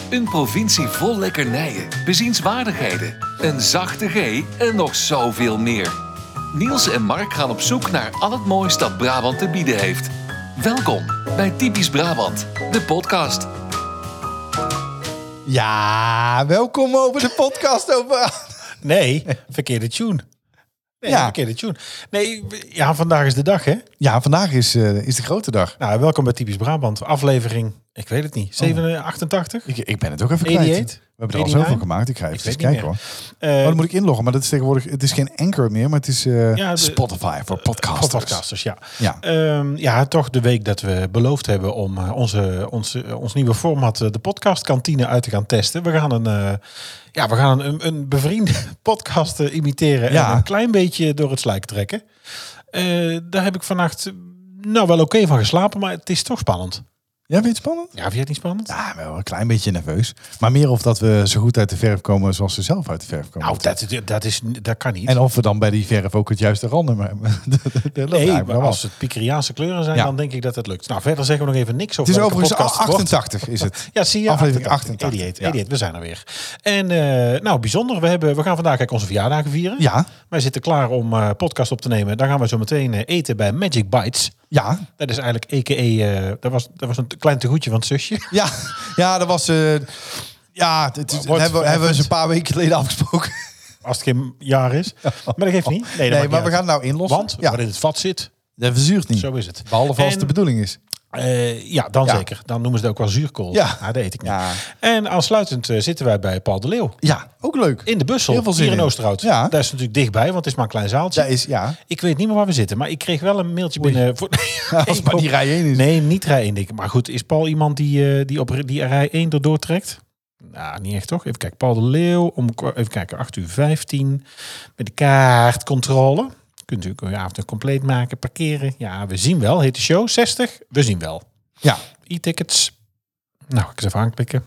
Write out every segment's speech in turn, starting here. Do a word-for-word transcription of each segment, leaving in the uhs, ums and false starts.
Een provincie vol lekkernijen, bezienswaardigheden, een zachte G en nog zoveel meer. Niels en Mark gaan op zoek naar al het moois dat Brabant te bieden heeft. Welkom bij Typisch Brabant, de podcast. Ja, welkom over de podcast over... Nee, verkeerde tune. Nee, Ja. verkeerde tune. Nee, ja, vandaag is de dag, hè? Ja, vandaag is, uh, is de grote dag. Nou, welkom bij Typisch Brabant. Aflevering, ik weet het niet, zeven achtentachtig? Ik, ik ben het ook even kwijt. eenennegentig? We hebben er al zoveel gemaakt. Ik ga even eens kijken hoor. Uh, oh, dan moet ik inloggen, maar dat is tegenwoordig... Het is geen Anchor meer, maar het is uh, ja, de, Spotify voor podcasters. Voor podcasters, ja. Ja. Um, ja, toch de week dat we beloofd hebben om uh, onze, onze, ons nieuwe format, uh, de podcastkantine, uit te gaan testen. We gaan een, uh, ja, we gaan een, een bevriende podcast uh, imiteren Ja. en een klein beetje door het slijk trekken. Uh, daar heb ik vannacht nou wel oké van geslapen, maar het is toch spannend. Ja, vind je het spannend? Ja, vind je het niet spannend? Ja, wel een klein beetje nerveus. Maar meer of dat we zo goed uit de verf komen zoals ze zelf uit de verf komen. Nou, dat, dat, is, dat kan niet. En of we dan bij die verf ook het juiste randnummer hebben. Nee, maar als het Pikeriaanse kleuren zijn, ja. dan denk ik dat het lukt. Nou, verder zeggen we nog even niks over het is welke overigens podcast het achtentachtig wordt. is het. Ja, zie je. Aflevering achtentachtig. Idiot, ja. idiot, we zijn er weer. En uh, nou, bijzonder. We, hebben, we gaan vandaag kijk, onze verjaardagen vieren. Ja. Wij zitten klaar om uh, podcast op te nemen. Dan gaan we zo meteen uh, eten bij Magic Bites. Ja. Dat is eigenlijk a k a. Uh, dat, was, dat was een klein tegoedje van het zusje. Ja, ja dat was... Uh, ja, het is, Wordt hebben, hebben we eens een paar weken geleden afgesproken. Als het geen jaar is. Maar dat geeft niet. Nee, dat nee maar we uit. gaan nou inlossen. Want ja. wat in het vat zit... Dat verzuurt niet. Zo is het. Behalve als en, de bedoeling is. Uh, ja, dan ja. zeker. Dan noemen ze het ook wel zuurkool. Ja. Nou, dat eet ik niet. Ja. En aansluitend uh, zitten wij bij Paul de Leeuw. Ja, ook leuk. In de Bussel, Heel veel zin hier in in. Oosterhout. Ja. Dat is natuurlijk dichtbij, want het is maar een klein zaaltje. Dat is, ja. Ik weet niet meer waar we zitten, maar ik kreeg wel een mailtje Oei. binnen. Voor... Ja, als het maar die rij één is. Nee, niet rij één, denk ik. Maar goed, is Paul iemand die, uh, die op die rij één erdoor trekt? Nou, niet echt toch? Even kijken, Paul de Leeuw, om even kijken, acht uur vijftien. Met de kaartcontrole. Kunt u uw avond compleet maken, parkeren. Ja, we zien wel. Heet de show zestig? We zien wel. Ja. E-tickets. Nou, ik eens even aanklikken.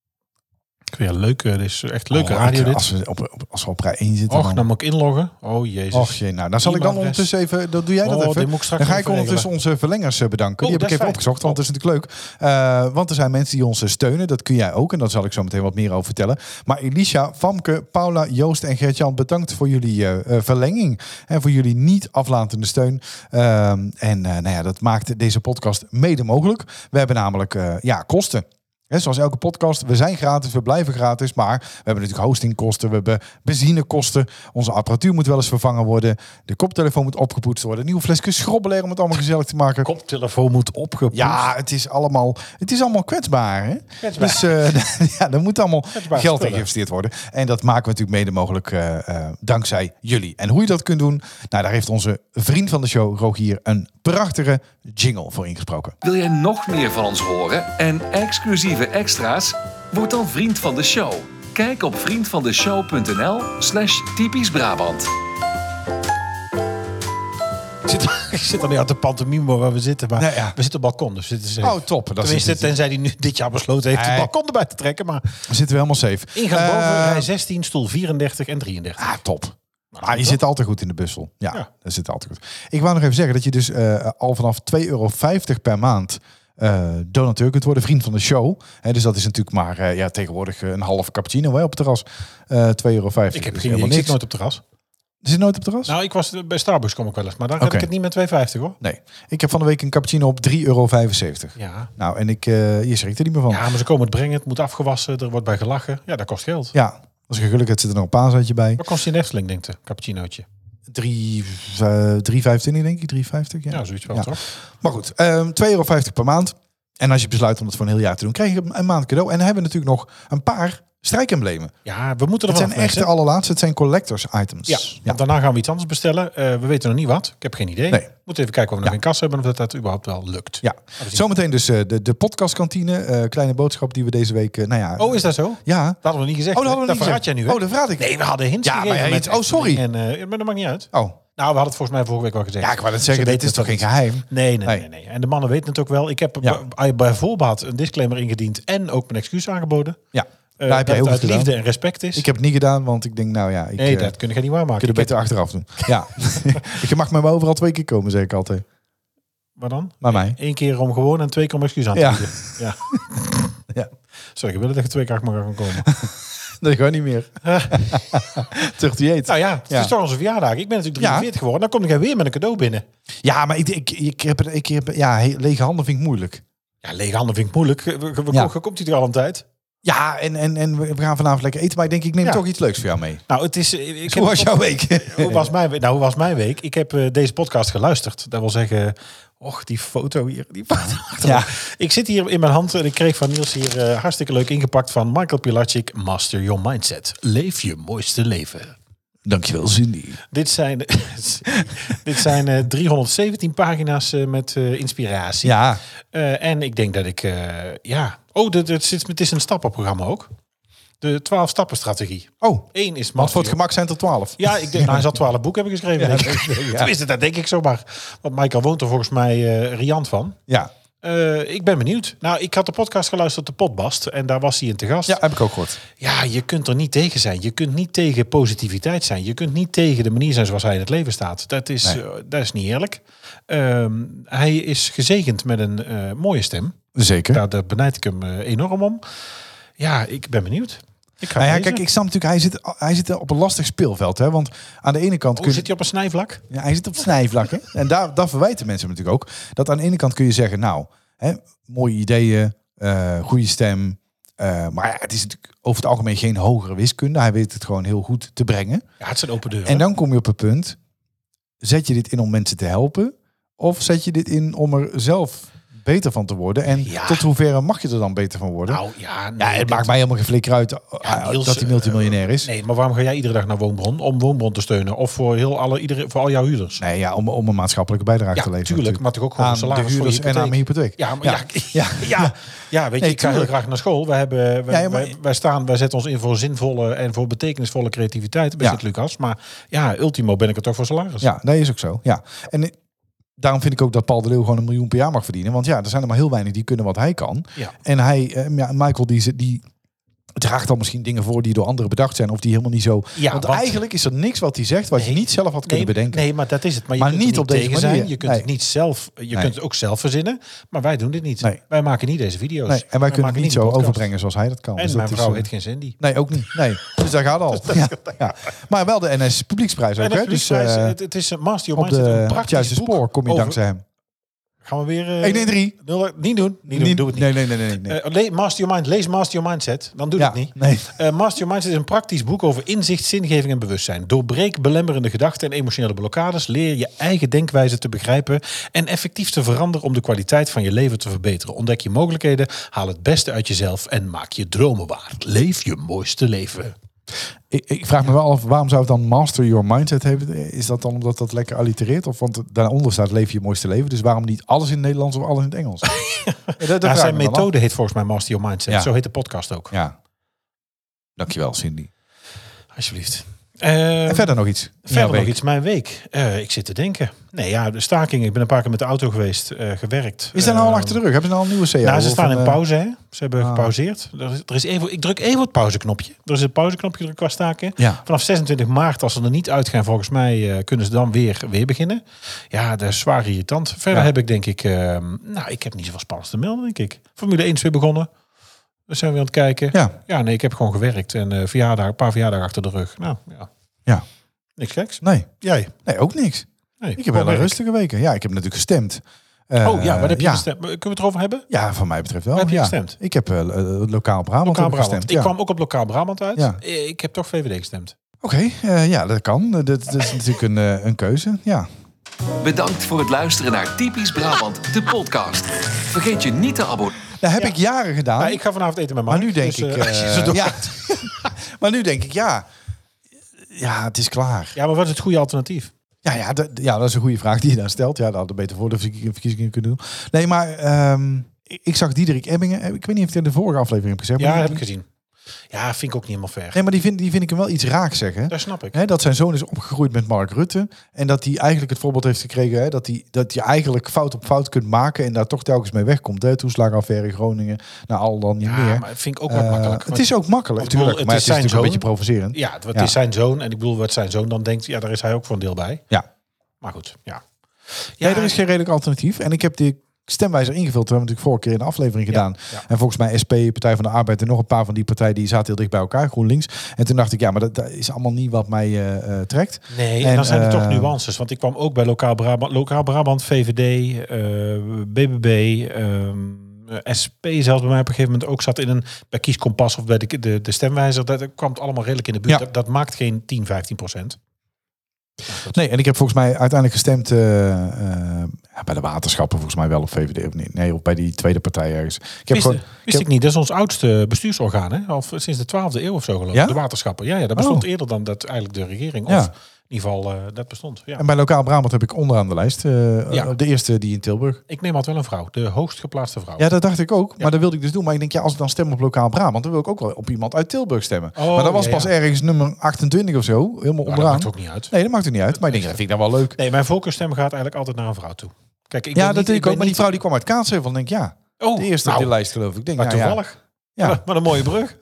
Weer leuk. Dit is echt leuke oh, radio ik, dit. Als we op, op, als we op rij één zitten. Och, dan... dan moet ik inloggen. Oh, jezus. Och, jee, nou, dan zal ik dan ondertussen even... Dan doe jij dat oh, even. Moet ik straks dan ga ik even ondertussen regelen. onze verlengers bedanken. Oh, die heb ik even fijn. opgezocht, want dat is natuurlijk leuk. Uh, want er zijn mensen die ons steunen. Dat kun jij ook. En daar zal ik zo meteen wat meer over vertellen. Maar Elisha, Famke, Paula, Joost en Gert-Jan, bedankt voor jullie uh, verlenging. En voor jullie niet aflatende steun. Uh, en uh, nou ja, dat maakt deze podcast mede mogelijk. We hebben namelijk uh, ja, kosten. He, zoals elke podcast, we zijn gratis, we blijven gratis. Maar we hebben natuurlijk hostingkosten, we hebben benzinekosten. Onze apparatuur moet wel eens vervangen worden. De koptelefoon moet opgepoetst worden. Een nieuwe flesje schrobbelair om het allemaal gezellig te maken. Koptelefoon moet opgepoetst. Ja, het is allemaal, het is allemaal kwetsbaar. Hè? kwetsbaar. Dus uh, ja, er moet allemaal kwetsbaar geld spullen. in geïnvesteerd worden. En dat maken we natuurlijk mede mogelijk uh, uh, dankzij jullie. En hoe je dat kunt doen, nou, daar heeft onze vriend van de show, Rogier, een prachtige jingle voor ingesproken. Wil jij nog meer van ons horen en exclusieve extra's? Word dan vriend van de show. Kijk op vriendvandeshow.nl slash typisch Brabant. Ik zit, ik zit al niet aan de pantomime waar we zitten, maar nee, ja. we zitten op het balkon. Dus dit is oh, top. Dat tenminste, is tenzij hij nu dit jaar besloten heeft nee. het balkon erbij te trekken. Maar we zitten we helemaal safe. Ingang boven, uh, rij zestien, stoel vierendertig en drieëndertig. Ah, top. Nou, ah, je zit altijd goed in de bussel. Ja, ja, dat zit altijd goed. Ik wou nog even zeggen dat je dus uh, al vanaf twee euro vijftig per maand uh, donateur kunt worden, vriend van de show. He, dus dat is natuurlijk maar uh, ja, tegenwoordig een halve cappuccino hè, op het terras. Uh, twee euro vijftig. Ik heb dus geen idee, ik niks. zit nooit op het terras. Zit nooit op het terras? Nou, ik was bij Starbucks kom ik wel eens, maar dan okay. heb ik het niet met twee vijftig hoor. Nee, ik heb van de week een cappuccino op drie euro vijfenzeventig. Ja. Nou, en ik, uh, je schrikt er niet meer van. Ja, maar ze komen het brengen, het moet afgewassen, er wordt bij gelachen. Ja, dat kost geld. Ja, als je geluk hebt zit er nog een paasuitje bij. Wat kost die Efteling, denkt de cappuccinootje? drie vijfentwintig denk ik, drie vijftig. Ja, ja zoiets wel ja. toch? Maar goed, um, twee euro vijftig per maand. En als je besluit om het voor een heel jaar te doen, krijg je een maand cadeau. En dan hebben we natuurlijk nog een paar strijkemblemen. Ja, we moeten er Het zijn echt de allerlaatste. Het zijn collectors items. Ja, ja. Daarna gaan we iets anders bestellen. Uh, we weten nog niet wat. Ik heb geen idee. Nee. We moeten even kijken of we ja. nog in kas hebben of dat, dat überhaupt wel lukt. Ja. Zometeen dus uh, de, de podcastkantine. Uh, kleine boodschap die we deze week... Uh, nou ja, oh, is dat zo? Ja. Dat hadden we niet gezegd. Oh, dat hadden we niet gezegd. jij nu. Hè? Oh, dat verraad ik. Nee, we hadden hints ja, gegeven. Maar met oh, sorry. En, uh, maar dat maakt niet uit. Oh. Nou, we hadden het volgens mij vorige week wel gezegd. Ja, ik wou dat zeggen. Dit is toch geen geheim? Nee, nee, nee, nee, nee. En de mannen weten het ook wel. Ik heb ja. bij, bij voorbaat een disclaimer ingediend en ook mijn excuus aangeboden. Ja. Uh, Daar heb dat je het heel uit liefde gedaan. en respect is. Ik heb het niet gedaan, want ik denk, nou ja... Ik, nee, uh, dat kun je niet waarmaken. Kun je beter heb... achteraf doen. Ja. Je mag met me overal twee keer komen, zeg ik altijd. Maar dan? Maar mij. Eén keer om gewoon en twee keer om excuus aan te ja. bieden. Ja. ja. Zou ik willen dat je twee keer achter elkaar kan komen? Dat gaat niet meer. Terug dieet. Nou ja, het Ja. is toch onze verjaardag. Ik ben natuurlijk drieënveertig geworden. Dan kom ik weer met een cadeau binnen. Ja, maar ik, ik, ik heb, ik heb ja, he- lege handen vind ik moeilijk. Ja, lege handen vind ik moeilijk. We, we, we- Ja. Komt hij er al een tijd? Ja, en, en, en we gaan vanavond lekker eten. Maar ik denk, ik neem Ja. toch iets leuks voor jou mee. Nou, het is... Ik Hoe was jouw week? Hoe was mijn week? Nou, hoe was mijn week? Ik heb uh, deze podcast geluisterd. Dat wil zeggen... Och, die foto hier. Die foto achter me. Ja. Ik zit hier in mijn hand en ik kreeg van Niels hier uh, hartstikke leuk ingepakt van Michael Pilarczyk. Master Your Mindset. Leef je mooiste leven. Dankjewel, Cindy. Dit zijn, dit zijn uh, driehonderdzeventien pagina's uh, met uh, inspiratie. Ja. Uh, en ik denk dat ik... Uh, ja... Oh, dit, dit, dit, het is een stappenprogramma ook. De twaalf stappen strategie. Oh, Eén is... want voor het gemak zijn het er twaalf. Ja, ik denk, nou, hij zal twaalf boeken hebben geschreven. Ja, denk ik. ja. Tenminste, dat denk ik zomaar. Want Michael woont er volgens mij uh, riant van. Ja. Uh, ik ben benieuwd. Nou, ik had de podcast geluisterd, de Potbast. En daar was hij in te gast. Ja, heb ik ook gehoord. Ja, je kunt er niet tegen zijn. Je kunt niet tegen positiviteit zijn. Je kunt niet tegen de manier zijn zoals hij in het leven staat. Dat is, Nee. uh, dat is niet eerlijk. Um, hij is gezegend met een uh, mooie stem. Zeker. Daar, daar benijd ik hem uh, enorm om. Ja, ik ben benieuwd. Ik ga Nou ja, lezen. kijk, ik snap natuurlijk, hij zit, hij zit op een lastig speelveld. Hè? Want aan de ene kant Hoe kun je... zit hij op een snijvlak? Ja, hij zit op het snijvlak. Hè? En daar, daar verwijten mensen hem natuurlijk ook. Dat aan de ene kant kun je zeggen, nou, hè, mooie ideeën, uh, goede stem. Uh, maar ja, het is natuurlijk over het algemeen geen hogere wiskunde. Hij weet het gewoon heel goed te brengen. Ja, het zijn open deuren. En dan kom je op het punt, zet je dit in om mensen te helpen? Of zet je dit in om er zelf beter van te worden? En Ja. tot hoeverre mag je er dan beter van worden? Nou ja, nee, ja, het dit- maakt mij helemaal geen flikker uit Ja, uh, Niels, dat hij multimiljonair is. Nee, maar waarom ga jij iedere dag naar Woonbron? Om Woonbron te steunen? Of voor, heel alle, iedere, voor al jouw huurders? Nee, ja, om, om een maatschappelijke bijdrage Ja, te leveren. tuurlijk, maar toch ook gewoon aan een salaris de voor je huurders en aan mijn hypotheek. Ja, maar Ja. ja, ja, ja, ja, weet je, Nee, ik ga heel tuurlijk. graag naar school. We hebben, wij, Ja, ja, maar- wij, wij staan, wij zetten ons in voor zinvolle en voor betekenisvolle creativiteit bij Ja. Sint-Lucas. Maar ja, ultimo ben ik er toch voor salaris. Ja, dat is ook zo. Ja. En eh, daarom vind ik ook dat Paul de Leeuw gewoon een miljoen per jaar mag verdienen. Want ja, er zijn er maar heel weinig die kunnen wat hij kan. Ja. En hij, eh, ja, Michael, die, ze- die draagt dan misschien dingen voor die door anderen bedacht zijn. Of die helemaal niet zo... Ja, want want- eigenlijk is er niks wat hij zegt wat je Nee. niet zelf had kunnen Nee, bedenken. nee, maar dat is het. Maar je Maar kunt niet er op deze tegen manier. zijn. Je kunt Nee. het niet zelf. Je Nee. kunt het ook zelf verzinnen. Maar wij doen dit niet. Nee. Wij maken niet deze video's. Nee, en wij kunnen maken het niet die zo podcast. overbrengen zoals hij dat kan. En Dus mijn dat vrouw is, eh, heet geen Cindy. Nee, ook niet. Nee. Dus daar gaat al. Ja, ja. Maar wel de N S Publieksprijs ook. En Hè? het, Dus publieksprijs, eh, het, het is een Master Your op Mindset, de, een op het praktisch juiste boek spoor kom je over- dankzij hem. Gaan we weer... Uh, één één drie. Nul, niet doen. Niet doen. Doe het niet. Nee, nee, nee. nee, nee. Uh, le- Master Your Mind. Lees Master Your Mindset. Dan doe ja, het niet. nee. Uh, Master Your Mindset is een praktisch boek over inzicht, zingeving en bewustzijn. Doorbreek belemmerende gedachten en emotionele blokkades. Leer je eigen denkwijze te begrijpen en effectief te veranderen om de kwaliteit van je leven te verbeteren. Ontdek je mogelijkheden, haal het beste uit jezelf en maak je dromen waar. Leef je mooiste leven. Ik, ik vraag me wel af, waarom zou het dan Master Your Mindset hebben? Is dat dan omdat dat lekker allitereert? Of want daaronder staat leef je mooiste leven. Dus waarom niet alles in het Nederlands of alles in het Engels? Ja, dat, dat Ja, vraag zijn ik me dan methode heet volgens mij Master Your Mindset. Ja. Zo heet de podcast ook. af. Ja. Dankjewel, Cindy. Alsjeblieft. Uh, En verder nog iets? in jouw Verder nog week? iets, mijn week. Uh, ik zit te denken. Nee, ja, de staking. Ik ben een paar keer met de auto geweest, uh, gewerkt. Is dat nou al Uh, achter de rug? Hebben ze nou al een nieuwe C E O? Nou, ze Of staan een, in eh, pauze, hè. Ze hebben ah. gepauzeerd. Er is, er is even, ik druk even het pauzeknopje. Er is een pauzeknopje qua staken. Ja. Vanaf zesentwintig maart, als ze er niet uitgaan, volgens mij, uh, kunnen ze dan weer, weer beginnen. Ja, dat is zwaar irritant. Verder Ja. heb ik, denk ik... Uh, nou, ik heb niet zoveel spannends te melden, denk ik. Formule één is weer begonnen. We zijn weer aan het kijken. Ja. Ja, nee, ik heb gewoon gewerkt. En uh, verjaardag, een paar verjaardagen achter de rug. Nou, ja. Ja. Niks geks. Nee. Jij? Nee, ook niks. Nee, Ik heb wel een werk. rustige weken. Ja, ik heb natuurlijk gestemd. Uh, Oh ja, wat heb je ja. gestemd? Kunnen we het erover hebben? Ja, van mij betreft wel. Waar heb je ja. gestemd? Ik heb uh, lokaal Brabant Lokaal heb ik Brabant. gestemd. Ik ja. kwam ook op Lokaal Brabant uit. Ja. Ik heb toch V V D gestemd. Oké, okay, uh, ja, dat kan. Dat, dat is natuurlijk een, uh, een keuze. Ja. Bedankt voor het luisteren naar Typisch Brabant, de podcast. Vergeet je niet te abonneren. Dat heb Ja. ik jaren gedaan. Nou, ik ga vanavond eten met Mark. maar nu denk dus, ik... uh, Uh, als je zo doorgaat. ja. Maar nu denk ik, ja... Ja, het is klaar. Ja, maar wat is het goede alternatief? Ja, ja, dat, ja, dat is een goede vraag die je dan stelt. Ja, dat hadden beter voor de verkie- verkiezingen kunnen doen. Nee, maar um, ik, ik zag Diederik Ebbingen. Ik weet niet of ik in de vorige aflevering heb gezegd. Ja, maar heb die, ik gezien. Ja, vind ik ook niet helemaal fair. Nee, maar die vind, die vind ik hem wel iets raak zeggen. Dat snap ik. He, dat zijn zoon is opgegroeid met Mark Rutte. En dat hij eigenlijk het voorbeeld heeft gekregen... He, dat, hij, dat je eigenlijk fout op fout kunt maken... en daar toch telkens mee wegkomt. Hè? Toeslagenaffaire in Groningen. Nou, al dan niet Ja, meer. maar dat vind ik ook wel Uh, makkelijk. het want- is ook makkelijk, want ik bedoel, natuurlijk. het Maar is het is zijn natuurlijk een beetje zoon. provocerend. Ja, het Ja. is zijn zoon. En ik bedoel, wat zijn zoon dan denkt... Ja, daar is hij ook voor een deel bij. Ja. Maar goed, ja. Ja, er is geen redelijk alternatief. En ik heb die stemwijzer ingevuld. Dat hebben we natuurlijk vorige keer in de aflevering gedaan. Ja, ja. En volgens mij S P, Partij van de Arbeid en nog een paar van die partijen die zaten heel dicht bij elkaar, GroenLinks. En toen dacht ik, ja, maar dat, dat is allemaal niet wat mij uh, uh, trekt. Nee, en, en dan zijn er uh, toch nuances. Want ik kwam ook bij Lokaal Brabant, Lokaal Brabant V V D, uh, B B B, um, S P zelfs bij mij op een gegeven moment ook zat in een bij Kieskompas of bij de, de, de stemwijzer. Dat kwam het allemaal redelijk in de buurt. Ja. Dat, dat maakt geen tien, vijftien procent. Nee, en ik heb volgens mij uiteindelijk gestemd uh, uh, bij de waterschappen volgens mij wel op V V D of niet. Nee, of bij die tweede partij ergens. Ik heb wist gewoon, wist ik heb, ik niet. Dat is ons oudste bestuursorgaan. Hè? Al sinds de twaalfde eeuw of zo geloof ik. Ja? De waterschappen. Ja, ja, dat bestond Oh. eerder dan dat eigenlijk de regering. Ja. Of in ieder geval, uh, dat bestond. Ja. En bij Lokaal Brabant heb ik onderaan de lijst. Uh, Ja. De eerste die in Tilburg. Ik neem altijd wel een vrouw. De hoogst geplaatste vrouw. Ja, dat dacht ik ook. Ja. Maar dat wilde ik dus doen. Maar ik denk, ja, als ik dan stem op Lokaal Brabant, dan wil ik ook wel op iemand uit Tilburg stemmen. Oh, maar dat was ja, pas ja. ergens nummer achtentwintig of zo. Helemaal Maar dat onderaan. maakt ook niet uit. Nee, dat maakt er niet uit. Maar ik denk, dat vind ik dan wel leuk. Nee, mijn voorkeurstem gaat eigenlijk altijd naar een vrouw toe. Kijk, ik Ja, ben dat niet, deed ik ben ook. Maar die niet- vrouw die kwam uit Kaatsheuvel. Dan denk ik, ja, Oh, de eerste nou, op de lijst geloof ik. Ik denk, maar nou, ja. toevallig. Ja. Wat wat een mooie brug.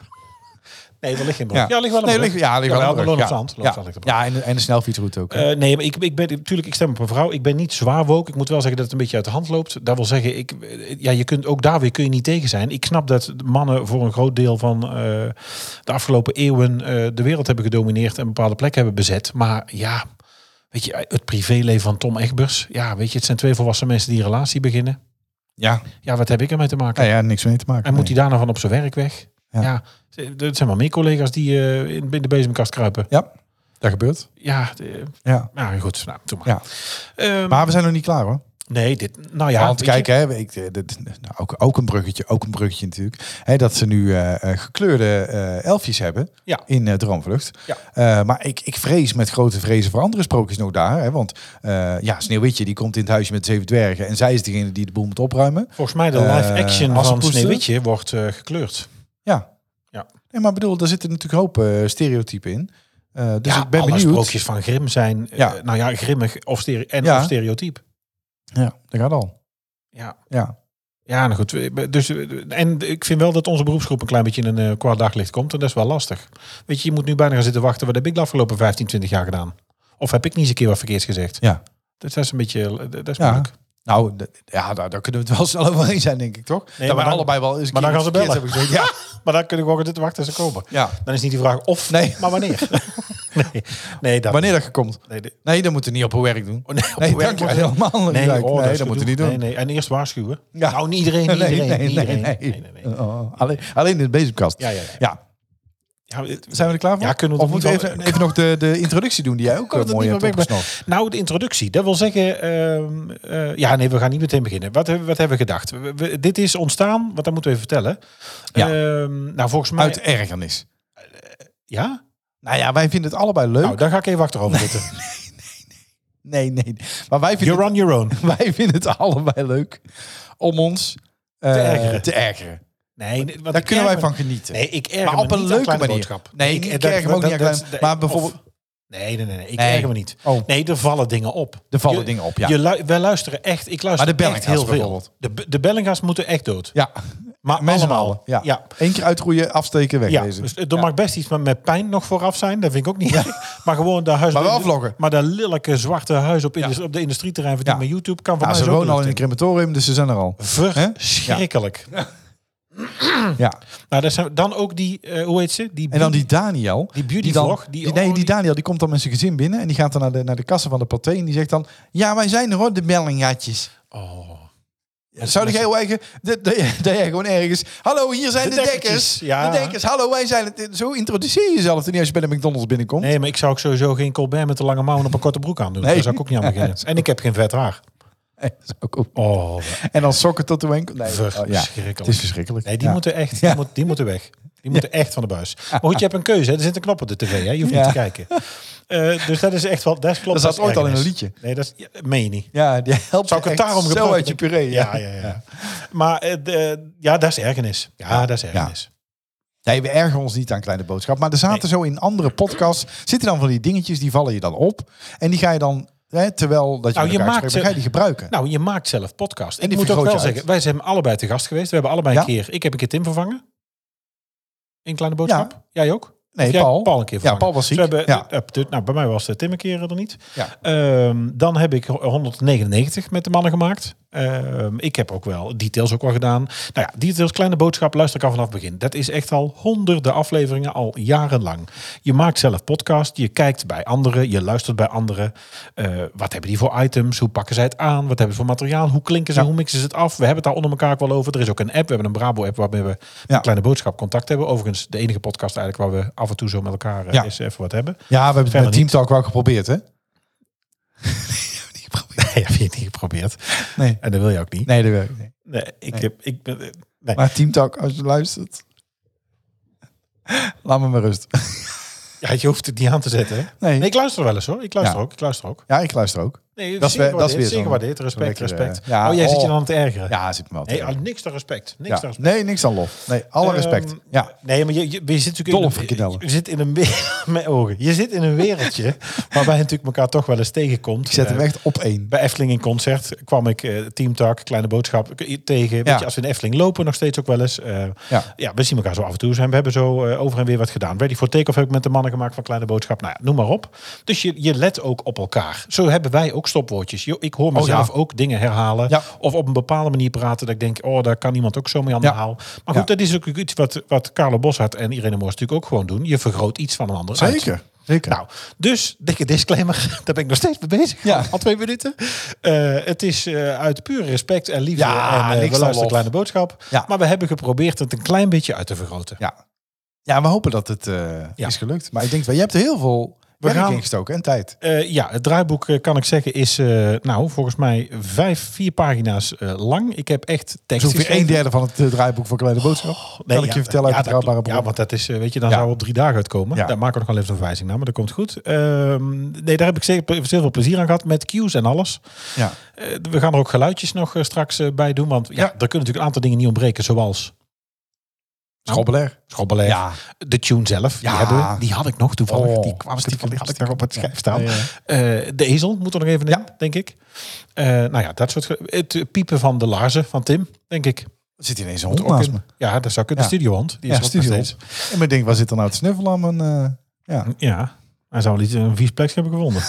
Nee, er ligt geen brug. Ja, Ja. er ligt wel een Nee, brug. ligt, ja, ligt wel Ja, een brug. Loon op Ja. Zand. Loon op Ja. Zand ligt de brug. Ja, en de, en de snelfietsroute ook. hè. Uh, nee, maar ik, ik ben natuurlijk, ik stem op een vrouw. Ik ben niet zwaar woke. Ik moet wel zeggen dat het een beetje uit de hand loopt. Dat wil zeggen, ik, ja, je kunt ook daar weer kun je niet tegen zijn. Ik snap dat mannen voor een groot deel van uh, de afgelopen eeuwen uh, de wereld hebben gedomineerd en bepaalde plekken hebben bezet. Maar ja, weet je, het privéleven van Tom Egbers. Ja, weet je, het zijn twee volwassen mensen die een relatie beginnen. Ja. Ja, wat heb ik ermee te maken? Ja, ja, niks mee te maken. En moet nee. hij daar nou van op zijn werk weg? Ja. Ja, er zijn wel meer collega's die uh, in in de bezemkast kruipen. Ja, dat gebeurt. Ja, de, Ja. nou goed, nou, doe maar. Ja. Ehm, Maar we zijn nog niet klaar hoor. nee, dit, nou ja, Ja, want weet je, kijk, hè, ik, eh, dit, nou, ook, ook een bruggetje, ook een bruggetje natuurlijk. Hè, dat ze nu uh, gekleurde uh, elfjes hebben Ja. in uh, Droomvlucht. Ja. Uh, maar ik, ik vrees met grote vrezen voor andere sprookjes nog daar. Hè, want uh, ja, Sneeuwwitje die komt in het huisje met zeven dwergen. En zij is degene die de boel moet opruimen. volgens mij de Uh, live action van Assepoester. Sneeuwwitje wordt uh, gekleurd. Ja. Ja. Nee, maar bedoel, daar zitten natuurlijk hoop uh, stereotypen in. Uh, dus ja, ik ben alle benieuwd. sprookjes van Grimm zijn, uh, Ja. nou ja, grimmig of, stere en Ja. of stereotyp. Ja, dat gaat al. Ja. Ja. Ja, nou goed. Dus, en ik vind wel dat onze beroepsgroep een klein beetje in een uh, kwaad daglicht komt. En dat is wel lastig. Weet je, je moet nu bijna gaan zitten wachten. Wat heb ik de afgelopen vijftien, twintig jaar gedaan? Of heb ik niet eens een keer wat verkeerds gezegd? Ja. Dat is een beetje, dat is Ja. moeilijk. Nou, d- ja, daar, daar kunnen we het wel snel over eens zijn, denk ik, toch? Nee, dat maar we dan- allebei wel eens een maar dan keer gaan ze iets bellen. verkeerds hebben gezegd. Ja. Maar dan kunnen we gewoon zitten wachten als ze komen. Ja. Dan is niet die vraag of, Nee. maar wanneer. nee, nee, dat Wanneer dat je komt. Nee, de- Nee, dan moeten we niet op uw werk doen. oh, nee, op Nee, werk dank je moet- helemaal niet. Nee, Nee, oh, nee is dat moeten we gedoe. niet doen. Nee, nee. En eerst waarschuwen. Ja. Nou, niet iedereen, niet Nee, iedereen. nee, niet nee, iedereen. nee. nee, nee, nee. Oh, alleen, alleen in de bezemkast. Ja, ja, ja. Ja. Ja, het- Zijn we er klaar voor? Ja, kunnen we of het moeten we niet even, even nog de, de introductie doen die jij ook Kunnen uh, we het mooi niet hebt meer opgesnopt? Nou, de introductie. Dat wil zeggen... ehm, eh, ja, nee, we gaan niet meteen beginnen. Wat, hebben- wat hebben we gedacht? We- we- dit is ontstaan, want dat moeten we even vertellen. Ja. Ehm, nou, volgens mij... Uit ergernis. Ja? Nou ja, wij vinden het allebei leuk. Nou, daar ga ik even achterover zitten. Nee, nee. Maar wij vinden, You're on your own. het, wij vinden het allebei leuk om ons uh, Te ergeren. te ergeren. Nee, nee, want Daar ik kunnen wij erger van genieten. me- Nee, ik erger Maar me op een niet aan leuke Kleine manier. Boodschap. Nee, ik, ik dat- erger me ook dat- niet aan dat- Kleine- dat- maar of- bijvoorbeeld- Nee, nee, nee, nee. Ik Nee. erger me niet. Oh. Nee, er vallen dingen op. Er vallen Je- dingen op, ja. Je lu- wij luisteren echt... Ik luister Maar de echt Bellinga's heel veel. bijvoorbeeld. De, de Bellinga's moeten echt dood. Ja, Maar met z'n allemaal. allen. Ja. Ja. Eén keer uitroeien, afsteken, Ja, wegwezen. dus er mag best iets met, met pijn nog vooraf zijn. Dat vind ik ook niet. Maar gewoon de huis. Maar wel afloggen. Maar dat lelijke zwarte huis op, indus- op de industrieterrein van Ja. met YouTube kan van Ja, mij ze zo wonen al in een in. crematorium, dus ze zijn er al. Verschrikkelijk. Ja. Nou, dat zijn dan ook die, uh, hoe heet ze? Die En dan die Daniel. Die beauty die dan, vlog, die- die, nee, oh, die die- Daniel die komt dan met zijn gezin binnen. En die gaat dan naar de, naar de kassen van de paté. En die zegt dan, ja, wij zijn er hoor, de Bellingatjes. Oh. Zou jij eigen, dat dat jij dat jij gewoon ergens, hallo, hier zijn De de, dekkertjes, dekkers. ja. De dekkers, hallo, wij zijn het. Zo introduceer jezelf toen als je bij de McDonald's binnenkomt. Nee, maar ik zou ook sowieso geen Colbert met de lange mouwen op een korte broek aan doen. Nee. Daar zou ik ook niet aan beginnen. En ik heb geen vet haar. Nee, dat is ook goed. Oh, En dan sokken tot de enkel. Nee, oh, ja. verschrikkelijk. Het is verschrikkelijk. Nee, die Ja. moeten echt, die, Ja. moet, die moeten weg. Die moeten echt van de buis. Maar goed, je hebt een keuze. Hè? Er zit een knop op de tv. Hè? Je hoeft Ja. niet te kijken. Uh, dus dat is echt wel, dat klopt. Dat zat is ooit al in een ergernis. liedje. Nee, dat is, ja, meen je niet. Ja, die helpt Zou ik het echt daarom zo gebruiken? uit je puree. Ja, ja, ja. Maar uh, de, ja, dat is ergernis. Ja, dat is ergernis. Nee, we ergeren ons niet aan Kleine Boodschap. Maar er zaten Nee. zo in andere podcasts, zitten dan van die dingetjes, die vallen je dan op. En die ga je dan, hè, terwijl dat je, Nou, met je elkaar maakt spreekt, dan ga je die gebruiken. Nou, je maakt zelf podcast. En Ik die moet ook vergroot wel je uit. zeggen, wij zijn allebei te gast geweest. We hebben allebei een Ja. keer... Ik heb een keer Tim vervangen. In Kleine Boodschap. Jij ook? Nee, Of jij Paul. Paul een keer Ja, vervangen. Paul was ziek. Dus we hebben, Ja. uh, uh, nou, bij mij was uh, Tim een keer er niet. Ja. Ehm, dan heb ik honderdnegenennegentig met de mannen gemaakt. Uh, ik heb ook wel Details ook wel gedaan. Nou ja, Details, Kleine Boodschap, luister ik al vanaf het begin. Dat is echt al honderden afleveringen, al jarenlang. Je maakt zelf podcast, je kijkt bij anderen, je luistert bij anderen. Uh, wat hebben die voor items? Hoe pakken zij het aan? Wat hebben ze voor materiaal? Hoe klinken ze? Ja. Hoe mixen ze het af? We hebben het daar onder elkaar ook wel over. Er is ook een app, we hebben een Brabo-app waarmee we ja. een Kleine Boodschap contact hebben. Overigens de enige podcast eigenlijk waar we af en toe zo met elkaar uh, ja. eens even wat hebben. Ja, we hebben het met Team Talk wel geprobeerd, hè? Nee, heb je het niet geprobeerd. Nee. En dat wil je ook niet. Nee, dat wil ik niet. Nee, ik nee. heb... Ik, nee. Maar Team Talk, als je luistert... Laat me maar rust. Ja, je hoeft het niet aan te zetten, hè? Nee. nee ik luister wel eens, hoor. Ik luister ja. ook. Ik luister ook. Ja, ik luister ook. Nee, dat is weer, dat is weer zeker gewaardeerd. Respect, lekker, respect. Uh, ja, oh, jij oh. zit je dan aan het ergeren? Ja, zit me wel te Nee, ergeren. niks dan respect. Niks ja. dan respect. Nee, niks dan lof. Nee, alle respect. Um, ja. Nee, maar je, je, je zit natuurlijk in een, je zit in een met ogen. Je zit in een wereldje waarbij je natuurlijk elkaar toch wel eens tegenkomt. Ik zet hem uh, echt op één. Bij Efteling in concert kwam ik uh, Team Talk, Kleine Boodschap tegen. Ja. Weet je, als we in Efteling lopen nog steeds ook wel eens. Uh, ja. ja, we zien elkaar zo af en toe zijn. We hebben zo uh, over en weer wat gedaan. Ready for Take-Off heb ik met de mannen gemaakt van Kleine Boodschap. Nou ja, noem maar op. Dus je, je let ook op elkaar. Zo hebben wij ook stopwoordjes. Jo, ik hoor mezelf oh, ja. ook dingen herhalen. Ja. Of op een bepaalde manier praten. Dat ik denk, oh, daar kan iemand ook zo mee aan de ja. haal. Maar goed, ja. dat is ook iets wat, wat Carlo Boszhard en Irene Moors natuurlijk ook gewoon doen. Je vergroot iets van een ander Zeker. uit. Zeker. Nou, dus, dikke disclaimer. Daar ben ik nog steeds mee bezig. Ja. Al twee minuten. Uh, het is uh, uit pure respect en liefde. Ja, en uh, we luisteren Kleine Boodschap. Ja. Maar we hebben geprobeerd het een klein beetje uit te vergroten. Ja, ja we hopen dat het uh, ja. is gelukt. Maar ik denk, wel, je hebt er heel veel... We gaan ingestoken en tijd. Uh, ja, het draaiboek uh, kan ik zeggen is uh, nou volgens mij vijf, vier pagina's uh, lang. Ik heb echt tekst. Ongeveer een derde van het uh, draaiboek voor Kleine Boodschap. Oh, nee, kan ik ja, je vertellen ja, uit betrouwbare bron. Ja, want dat is, uh, weet je, dan ja. zou op drie dagen uitkomen. Ja. Daar maken we nog wel even een verwijzing naar, maar dat komt goed. Uh, nee, daar heb ik zeker heel veel plezier aan gehad met cues en alles. Ja. Uh, we gaan er ook geluidjes nog uh, straks uh, bij doen, want ja, ja, er kunnen natuurlijk een aantal dingen niet ontbreken, zoals. Schobbelair. Schobbelair. Ja. De tune zelf, ja. die, hebben we, die had ik nog toevallig. Oh, die kwam stiekem, die had ik nog op het schijf staan. Ja, ja. Uh, de ezel moet er nog even in, ja. denk ik. Uh, nou ja, dat soort... Ge- het piepen van de laarzen van Tim, denk ik. Zit ineens een hond naast me? Ja, dat zou kunnen. Ja. De studiowand. Die ja, is er steeds. En ik denk, waar zit er nou te snuffelen aan mijn... Uh, ja. ja, hij zou wel iets een vies plekje hebben gevonden.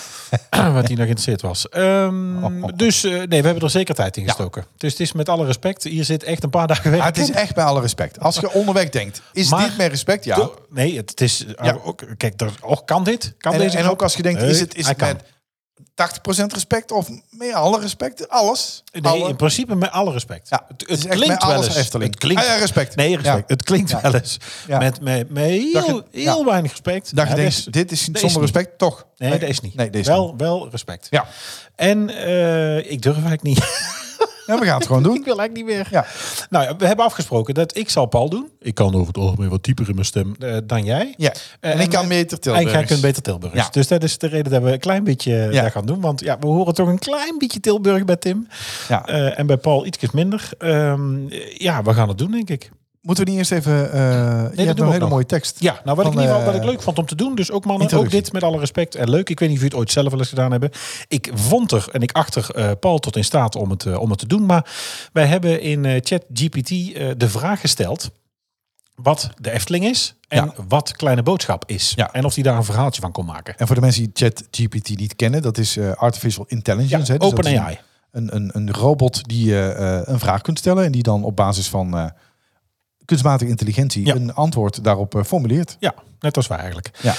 Wat hij nog geïnteresseerd was. Um, oh, oh. Dus uh, nee, we hebben er zeker tijd in gestoken. Ja. Dus het is met alle respect. Hier zit echt een paar dagen werk. Ja, het is echt bij alle respect. Als je onderweg denkt, is maar, dit met respect? Ja. Do, nee, het is... Ja. Ook, kijk, er, oh, kan dit? Kan en, deze en ook als je denkt, nee, is het, is het met tachtig procent respect of meer alle respect? Alles? Nee, alle. in principe met alle respect. Ja, het, het, het klinkt wel eens. Het klinkt, ah, ja, respect. Nee, respect. Ja. Het klinkt ja. wel eens. Ja. Met, met, met heel, je, heel ja. weinig respect. Dat je ja, denkt, is, dit is zonder respect, niet. Toch? Nee, nee, dat is niet. Nee, deze wel, niet. wel respect. Ja. En uh, ik durf eigenlijk niet... Ja, we gaan het gewoon doen. Ik wil eigenlijk niet meer. Ja. Nou ja, we hebben afgesproken dat ik zal Paul doen. Ik kan over het algemeen wat dieper in mijn stem uh, dan jij. Ja. En, en ik kan beter Tilburgs. En jij kunt beter Tilburgs. Ja. Dus dat is de reden dat we een klein beetje ja. daar gaan doen. Want ja, we horen toch een klein beetje Tilburg bij Tim. Ja. Uh, en bij Paul ietsjes minder. Um, ja, we gaan het doen, denk ik. Moeten we niet eerst even... Uh, nee, je hebt een hele nog. mooie tekst. Ja, nou wat van, ik in ieder geval wat ik leuk vond om te doen. Dus ook mannen, ook dit met alle respect. En leuk, ik weet niet of jullie het ooit zelf wel eens gedaan hebben. Ik vond er, en ik achter uh, Paul tot in staat om het, uh, om het te doen. Maar wij hebben in uh, ChatGPT uh, de vraag gesteld... wat de Efteling is en ja. wat Kleine Boodschap is. Ja. En of die daar een verhaaltje van kon maken. En voor de mensen die ChatGPT niet kennen... dat is uh, Artificial Intelligence. Ja, dus OpenAI. Een, een, een robot die uh, uh, een vraag kunt stellen... en die dan op basis van... Uh, kunstmatige intelligentie ja. een antwoord daarop uh, formuleert. Ja, net als wij eigenlijk. Ja.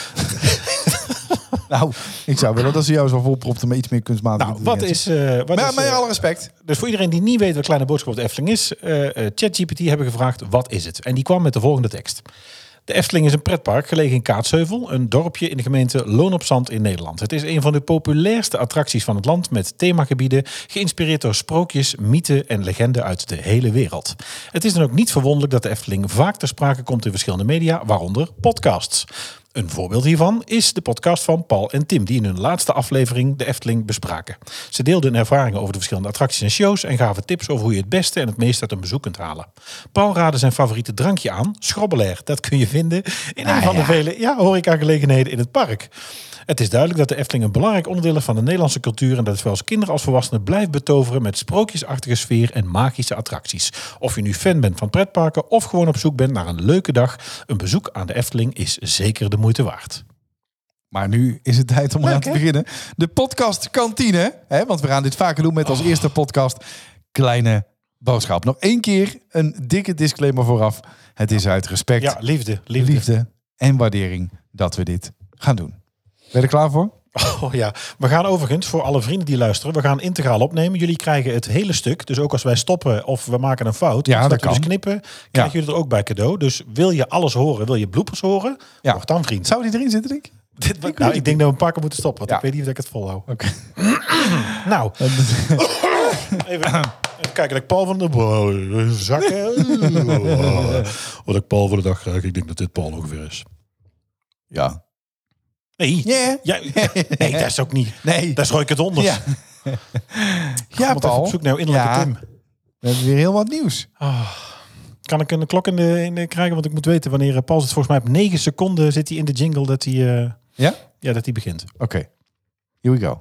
Nou, ik zou willen dat ze jou zo volpropten met iets meer kunstmatige nou, intelligentie. Wat is... Uh, wat maar is met uh, alle respect. Dus voor iedereen die niet weet wat Kleine Boodschap op de Efteling is... Uh, uh, ChatGPT hebben gevraagd, wat is het? En die kwam met de volgende tekst. De Efteling is een pretpark gelegen in Kaatsheuvel, een dorpje in de gemeente Loon op Zand in Nederland. Het is een van de populairste attracties van het land met themagebieden, geïnspireerd door sprookjes, mythen en legenden uit de hele wereld. Het is dan ook niet verwonderlijk dat de Efteling vaak ter sprake komt in verschillende media, waaronder podcasts. Een voorbeeld hiervan is de podcast van Paul en Tim, die in hun laatste aflevering de Efteling bespraken. Ze deelden hun ervaringen over de verschillende attracties en shows en gaven tips over hoe je het beste en het meest uit een bezoek kunt halen. Paul raadde zijn favoriete drankje aan, Schobbelair. Dat kun je vinden in ah, een van ja. de vele ja, horecagelegenheden in het park. Het is duidelijk dat de Efteling een belangrijk onderdeel is van de Nederlandse cultuur en dat het zowel kinderen als volwassenen blijft betoveren met sprookjesachtige sfeer en magische attracties. Of je nu fan bent van pretparken of gewoon op zoek bent naar een leuke dag, een bezoek aan de Efteling is zeker de moeite waard. Maar nu is het tijd om Leuk, eraan te hè? beginnen. De podcast kantine. Hè, want we gaan dit vaker doen met als eerste podcast. Kleine boodschap. Nog één keer een dikke disclaimer vooraf. Het is uit respect, Ja, liefde. Liefde. liefde en waardering dat we dit gaan doen. Ben je er klaar voor? Oh ja, we gaan overigens voor alle vrienden die luisteren, we gaan integraal opnemen. Jullie krijgen het hele stuk. Dus ook als wij stoppen of we maken een fout, Ja, dat dat we dus kan. knippen, krijgen jullie er ook bij cadeau. Dus wil je alles horen, wil je bloopers horen, Ja. word dan vriend. Zou die erin zitten, denk ik? Dit, weet nou, het ik denk dat we een paar keer moeten stoppen, want Ja. ik weet niet of ik het volhoud. Oké. Nou, even, even kijken dat ik Paul van de Bo- zakken. Wat ik Paul voor de dag krijg, ik denk dat dit Paul ongeveer is. Ja. Nee, Yeah. ja, nee, dat is ook niet. Nee. Dat is Roy het onder. Ja. Ja, Moet even Paul. op zoek naar innerlijke Ja. Tim. We hebben weer heel wat nieuws. Kan ik een klok in de, in de krijgen? Want ik moet weten wanneer eh, Paul zit. Volgens mij op negen seconden zit hij in de jingle dat hij, eh, Ja? ja, dat hij begint. Oké. Here we go.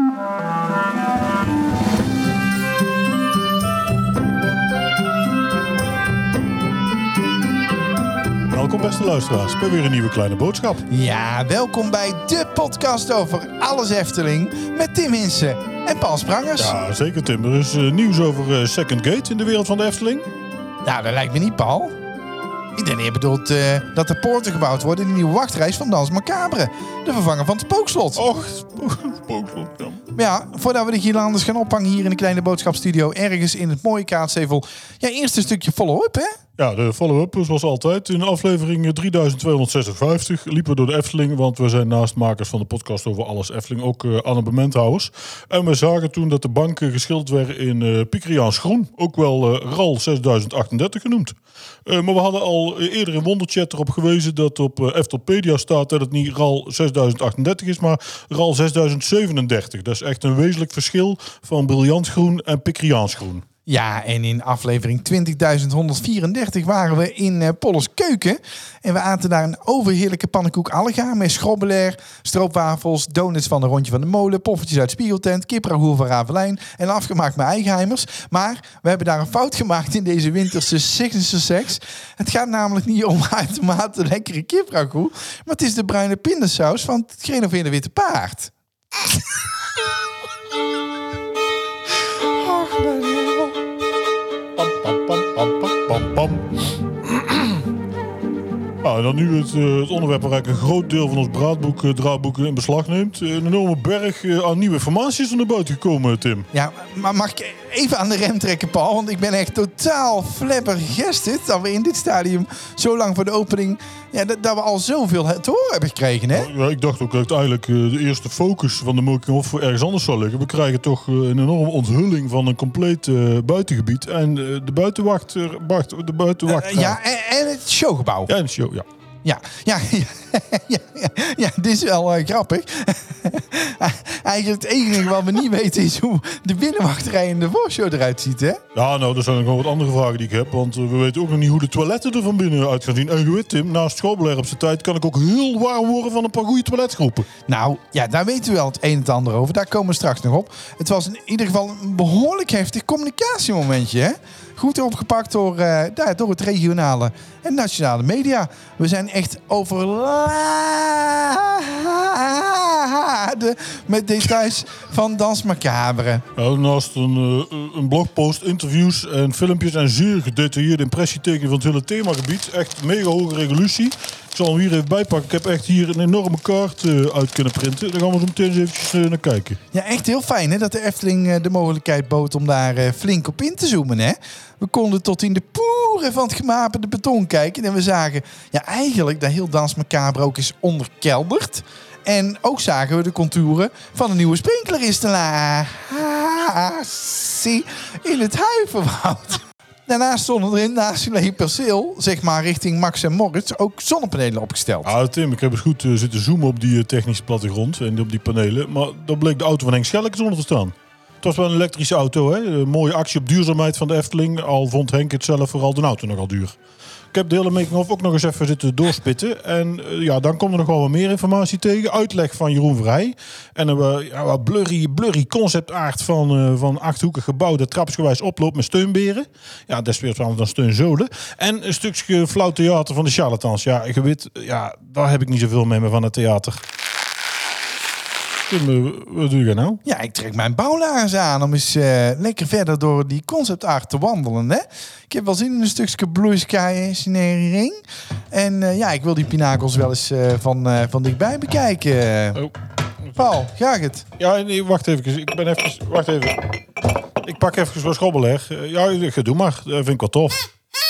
Welkom beste luisteraars bij weer een nieuwe kleine boodschap. Ja, welkom bij de podcast over alles Efteling met Tim Hinsen en Paul Sprangers. Ja, zeker Tim. Er is uh, nieuws over uh, Second Gate in de wereld van de Efteling. Nou, dat lijkt me niet, Paul. Ik denk, je bedoelt uh, dat de poorten gebouwd worden in de nieuwe wachtreis van Dans Macabre. De vervanger van het spookslot. Och, spookslot, ja. Maar ja, voordat we de guirlandes gaan ophangen hier in de kleine boodschapstudio ergens in het mooie Kaatsheuvel. Ja, eerst een stukje follow-up, hè? Ja, de follow-up zoals altijd. In aflevering drieduizend tweehonderdzesenvijftig liepen we door de Efteling, want we zijn naast makers van de podcast over alles Efteling ook uh, abonnementhouders. En we zagen toen dat de banken geschilderd werden in uh, Pikeriaans groen, ook wel uh, R A L zesduizend achtendertig genoemd. Uh, maar we hadden al eerder in Wonderchat erop gewezen dat op uh, Eftelpedia staat dat het niet R A L zesduizend achtendertig is, maar R A L zesduizend zevenendertig. Dat is echt een wezenlijk verschil van briljant groen en Pikeriaans groen. Ja, en in aflevering twintigduizend honderdvierendertig waren we in uh, Polles Keuken. En we aten daar een overheerlijke pannenkoek alga met schrobbelair, stroopwafels, donuts van de Rondje van de Molen, poffertjes uit Spiegeltent, kipragoer van Ravelijn en afgemaakt met eigenheimers. Maar we hebben daar een fout gemaakt in deze winterse signature sex. Het gaat namelijk niet om uitermate lekkere kipragoer, maar het is de bruine pindasaus van het gerenoveerde Witte Paard. Och, mijn hemel. Pam, pam, pam, pam, pam, pam, pam. Nou, en dan nu het, uh, het onderwerp waar eigenlijk een groot deel van ons braadboek, uh, draadboeken in beslag neemt. Uh, een enorme berg uh, aan nieuwe informatie is er naar buiten gekomen, Tim. Ja, maar mag ik even aan de rem trekken, Paul? Want ik ben echt totaal flabbergasted dat we in dit stadium zo lang voor de opening... Ja, dat, dat we al zoveel te horen hebben gekregen, hè? Ja, ik dacht ook uiteindelijk uh, de eerste focus van de Milking voor ergens anders zou liggen. We krijgen toch uh, een enorme onthulling van een compleet uh, buitengebied. En uh, de buitenwacht... Uh, wacht, de buitenwacht Uh, ja, en, en het showgebouw. Ja, en show, ja. Ja, ja, ja, ja, ja, ja, dit is wel uh, grappig. Eigenlijk het enige wat we niet weten is hoe de binnenwachterij in de voorshow eruit ziet, hè? Ja, nou, er zijn nog wel wat andere vragen die ik heb. Want uh, we weten ook nog niet hoe de toiletten er van binnen uit gaan zien. En je weet, Tim, naast schoolbeleid op zijn tijd kan ik ook heel warm worden van een paar goede toiletgroepen. Nou, ja, daar weten we wel het een en het ander over. Daar komen we straks nog op. Het was in ieder geval een behoorlijk heftig communicatiemomentje, hè? Goed opgepakt door, uh, daar, door het regionale en nationale media. We zijn echt overladen met details van Dans Macabre. Ja, naast een, uh, een blogpost, interviews en filmpjes en zeer gedetailleerde impressietekening van het hele themagebied. Echt mega hoge resolutie. Ik zal hem hier even bijpakken. Ik heb echt hier een enorme kaart uh, uit kunnen printen. Daar gaan we zo meteen eens eventjes uh, naar kijken. Ja, echt heel fijn hè, dat de Efteling uh, de mogelijkheid bood om daar uh, flink op in te zoomen. Hè? We konden tot in de poeren van het gemapende beton kijken. En we zagen ja, eigenlijk dat heel Dans Macabre ook is onderkelderd. En ook zagen we de contouren van een nieuwe sprinklerinstallatie in het Huiverwoud. Daarnaast stonden er in naast het perceel, zeg maar richting Max en Moritz, ook zonnepanelen opgesteld. Ah, Tim, ik heb eens goed uh, zitten zoomen op die uh, technische plattegrond en op die panelen. Maar dan bleek de auto van Henk Schellekes onder te staan. Het was wel een elektrische auto, hè? Een mooie actie op duurzaamheid van de Efteling. Al vond Henk het zelf vooral de auto nogal duur. Ik heb de hele making-of ook nog eens even zitten doorspitten. En uh, ja, dan komt er nog wel wat meer informatie tegen. Uitleg van Jeroen Vrij. En een uh, ja, wat blurry, blurry conceptaart van, uh, van achthoekig gebouw dat trapsgewijs oploopt met steunberen. Ja, dat is weer wat dan steunzolen. En een stukje flauw theater van de charlatans. Ja, je weet, ja, daar heb ik niet zoveel mee van het theater. Tim, uh, wat doe je nou? Ja, ik trek mijn bouwlaars aan om eens uh, lekker verder door die concept art te wandelen. Hè? Ik heb wel zin in een stukje Blue Sky sceneriering. En uh, ja, ik wil die pinakels wel eens uh, van, uh, van dichtbij bekijken. Oh. Paul, ga het? Ja, nee, wacht even. Ik ben even... Wacht even. Ik pak even wat schobbeleg. Uh, ja, doe maar. Dat vind ik wel tof.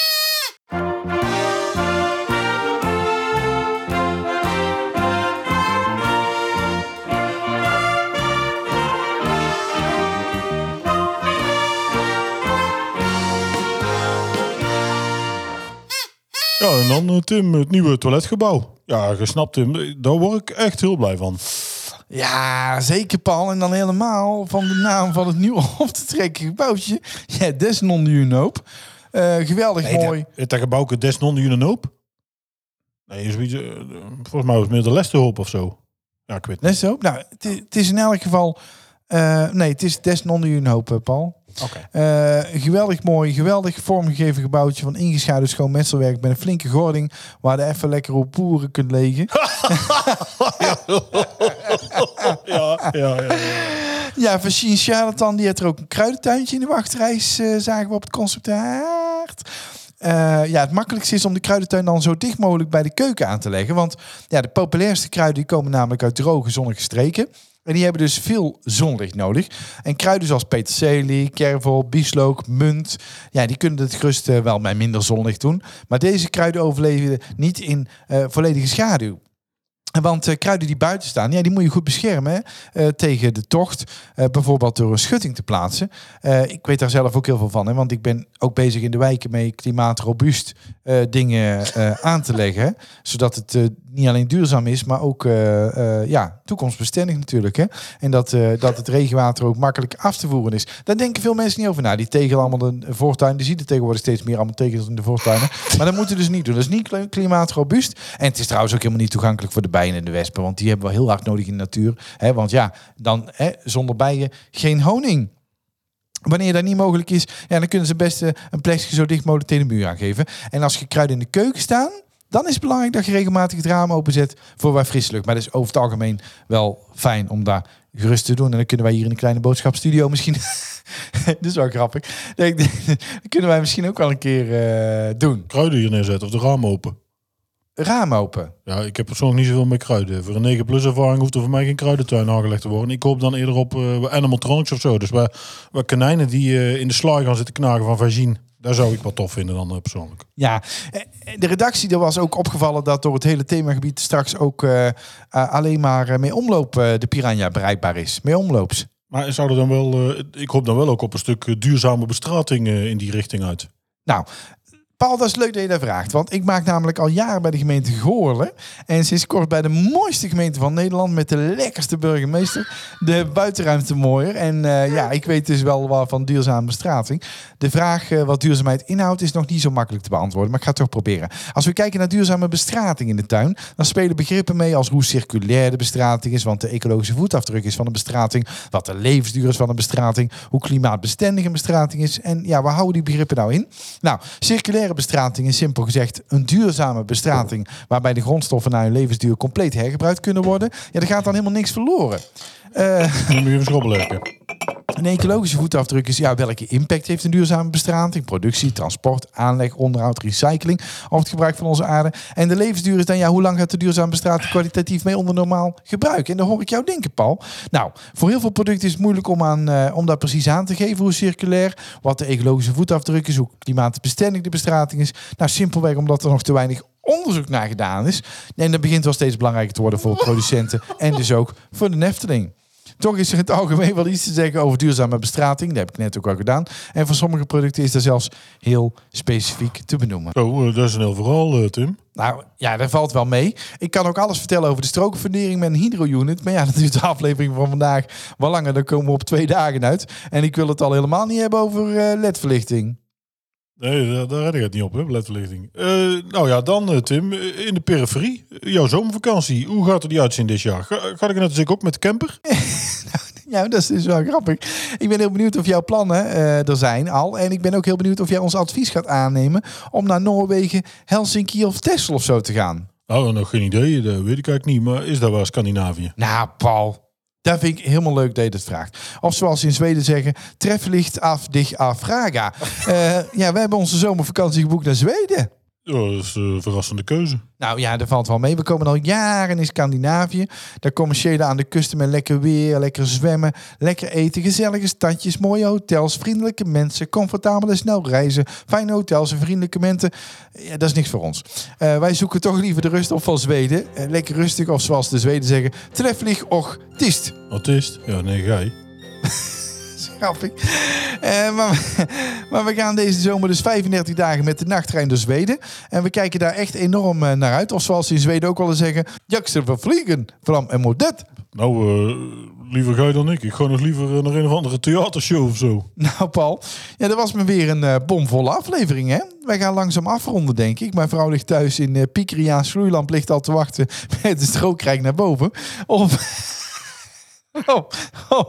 Ja, en dan uh, Tim, het nieuwe toiletgebouw. Ja, gesnapt Tim. Daar word ik echt heel blij van. Ja, zeker Paul. En dan helemaal van de naam van het nieuwe op te trekken gebouwtje. Ja, Desnon Unhoop. Uh, geweldig nee, mooi. Het dat gebouwke Desnon Unhoop? Nee, is uh, volgens mij was het meer de Lesterhoop of zo. Ja, ik weet niet. Lesterhoop? Nou, het is in elk geval... Uh, nee, het is Desnon Unhoop, Paul. Okay. Uh, geweldig mooi, geweldig vormgegeven gebouwtje van ingeschaduwd schoon metselwerk met een flinke gording waar je even lekker op poeren kunt liggen. ja, ja, ja, ja. Ja, van Jean Charlatan, die had er ook een kruidentuintje in de wachtreis, uh, zagen we op het concept art. Uh, ja, het makkelijkste is om de kruidentuin dan zo dicht mogelijk bij de keuken aan te leggen. Want ja, de populairste kruiden die komen namelijk uit droge, zonnige streken. En die hebben dus veel zonlicht nodig. En kruiden zoals peterselie, kervel, bieslook, munt... ja, die kunnen het gerust uh, wel met minder zonlicht doen. Maar deze kruiden overleven niet in uh, volledige schaduw. Want uh, kruiden die buiten staan, ja, die moet je goed beschermen uh, tegen de tocht. Uh, bijvoorbeeld door een schutting te plaatsen. Uh, ik weet daar zelf ook heel veel van. Hè, want ik ben ook bezig in de wijken mee klimaatrobuust uh, dingen uh, aan te leggen. Zodat het uh, niet alleen duurzaam is, maar ook uh, uh, ja, toekomstbestendig natuurlijk. Hè. En dat, uh, dat het regenwater ook makkelijk af te voeren is. Daar denken veel mensen niet over na. Die tegelen allemaal de voortuin. Die zien er tegenwoordig steeds meer allemaal tegels in de voortuinen. Maar dat moeten we dus niet doen. Dat is niet klimaatrobuust. En het is trouwens ook helemaal niet toegankelijk voor de bijen en de wespen. Want die hebben we heel hard nodig in de natuur. Hè, want ja, dan hè, zonder bijen geen honing. Wanneer dat niet mogelijk is, ja, dan kunnen ze best uh, een plekje zo dicht mogelijk tegen de muur aangeven. En als je kruiden in de keuken staan, dan is het belangrijk dat je regelmatig het raam openzet voor wat frisse lucht. Maar dat is over het algemeen wel fijn om daar gerust te doen. En dan kunnen wij hier in een kleine boodschapstudio misschien... dat is wel grappig. Dat kunnen wij misschien ook wel een keer uh, doen. Kruiden hier neerzetten of de raam open. Raam open. Ja, ik heb persoonlijk niet zoveel met kruiden. Voor een negen plus ervaring hoeft er voor mij geen kruidentuin aangelegd te worden. Ik hoop dan eerder op uh, animatronics of zo. Dus waar, waar konijnen die uh, in de slaai gaan zitten knagen van vagine. Daar zou ik wat tof vinden dan uh, persoonlijk. Ja, de redactie, er was ook opgevallen dat door het hele themagebied straks ook uh, uh, alleen maar mee omloop uh, de piranha bereikbaar is. Mee omloops. Maar zou er dan wel, uh, ik hoop dan wel ook op een stuk uh, duurzame bestrating uh, in die richting uit. Nou, Paul, dat is leuk dat je dat vraagt. Want ik maak namelijk al jaren bij de gemeente Goorlen. En sinds kort bij de mooiste gemeente van Nederland. Met de lekkerste burgemeester. De buitenruimte mooier. En uh, ja, ik weet dus wel wat van duurzame bestrating. De vraag uh, wat duurzaamheid inhoudt is nog niet zo makkelijk te beantwoorden. Maar ik ga het toch proberen. Als we kijken naar duurzame bestrating in de tuin. Dan spelen begrippen mee als hoe circulair de bestrating is. Want de ecologische voetafdruk is van een bestrating. Wat de levensduur is van een bestrating. Hoe klimaatbestendig een bestrating is. En ja, waar houden die begrippen nou in? Nou, circulaire bestrating is simpel gezegd een duurzame bestrating waarbij de grondstoffen na hun levensduur compleet hergebruikt kunnen worden. Ja, er gaat dan helemaal niks verloren. Uh, Dan moet je even schrobbelen. Een ecologische voetafdruk is ja, welke impact heeft een duurzame bestrating? Productie, transport, aanleg, onderhoud, recycling of het gebruik van onze aarde. En de levensduur is dan ja, hoe lang gaat de duurzame bestrating kwalitatief mee onder normaal gebruik? En daar hoor ik jou denken, Paul. Nou, voor heel veel producten is het moeilijk om, aan, uh, om dat precies aan te geven, hoe circulair, wat de ecologische voetafdruk is, hoe klimaatbestendig de bestrating is. Nou, simpelweg omdat er nog te weinig onderzoek naar gedaan is. En dat begint wel steeds belangrijker te worden voor producenten en dus ook voor de Efteling. Toch is er in het algemeen wel iets te zeggen over duurzame bestrating. Dat heb ik net ook al gedaan. En voor sommige producten is dat zelfs heel specifiek te benoemen. Oh, dat is een heel verhaal, Tim. Nou, ja, dat valt wel mee. Ik kan ook alles vertellen over de strokenfundering met een hydro-unit. Maar ja, dat is de aflevering van vandaag wel langer. Dan komen we op twee dagen uit. En ik wil het al helemaal niet hebben over uh, L E D-verlichting. Nee, daar, daar red ik het niet op, hè, L E D-verlichting. Uh, nou ja, dan uh, Tim, in de periferie. Jouw zomervakantie, hoe gaat er die uitzien dit jaar? Ga, ga ik net als ik ook met de camper? Ja, dat is dus wel grappig. Ik ben heel benieuwd of jouw plannen uh, er zijn al. En ik ben ook heel benieuwd of jij ons advies gaat aannemen om naar Noorwegen, Helsinki of Texel of zo te gaan. Nou, nog geen idee. Dat weet ik eigenlijk niet. Maar is dat wel Scandinavië? Nou, Paul. Dat vind ik helemaal leuk dat je dat vraagt. Of zoals ze in Zweden zeggen, trefflicht af dich af vraga. Uh, ja, we hebben onze zomervakantie geboekt naar Zweden. Ja, dat is een verrassende keuze. Nou ja, dat valt wel mee. We komen al jaren in Scandinavië. Daar commerciële aan de kusten met lekker weer, lekker zwemmen, lekker eten, gezellige stadjes, mooie hotels, vriendelijke mensen, comfortabel en snel reizen, fijne hotels en vriendelijke mensen. Ja, dat is niks voor ons. Uh, wij zoeken toch liever de rust op van Zweden. Uh, lekker rustig, of zoals de Zweden zeggen, trefflich och tist. Autist? Ja, nee, gij. Grappig. Uh, maar, maar we gaan deze zomer dus vijfendertig dagen met de nachttrein door Zweden. En we kijken daar echt enorm uh, naar uit. Of zoals ze in Zweden ook willen zeggen, jag ska vervliegen van en modet. Nou, uh, liever gij dan ik. Ik ga nog liever uh, naar een of andere theatershow of zo. Nou, Paul, ja, dat was me weer een uh, bomvolle aflevering, hè? Wij gaan langzaam afronden, denk ik. Mijn vrouw ligt thuis in uh, Piekeriaans Vloeilamp, ligt al te wachten met de strookrijk naar boven. Of... oh, oh.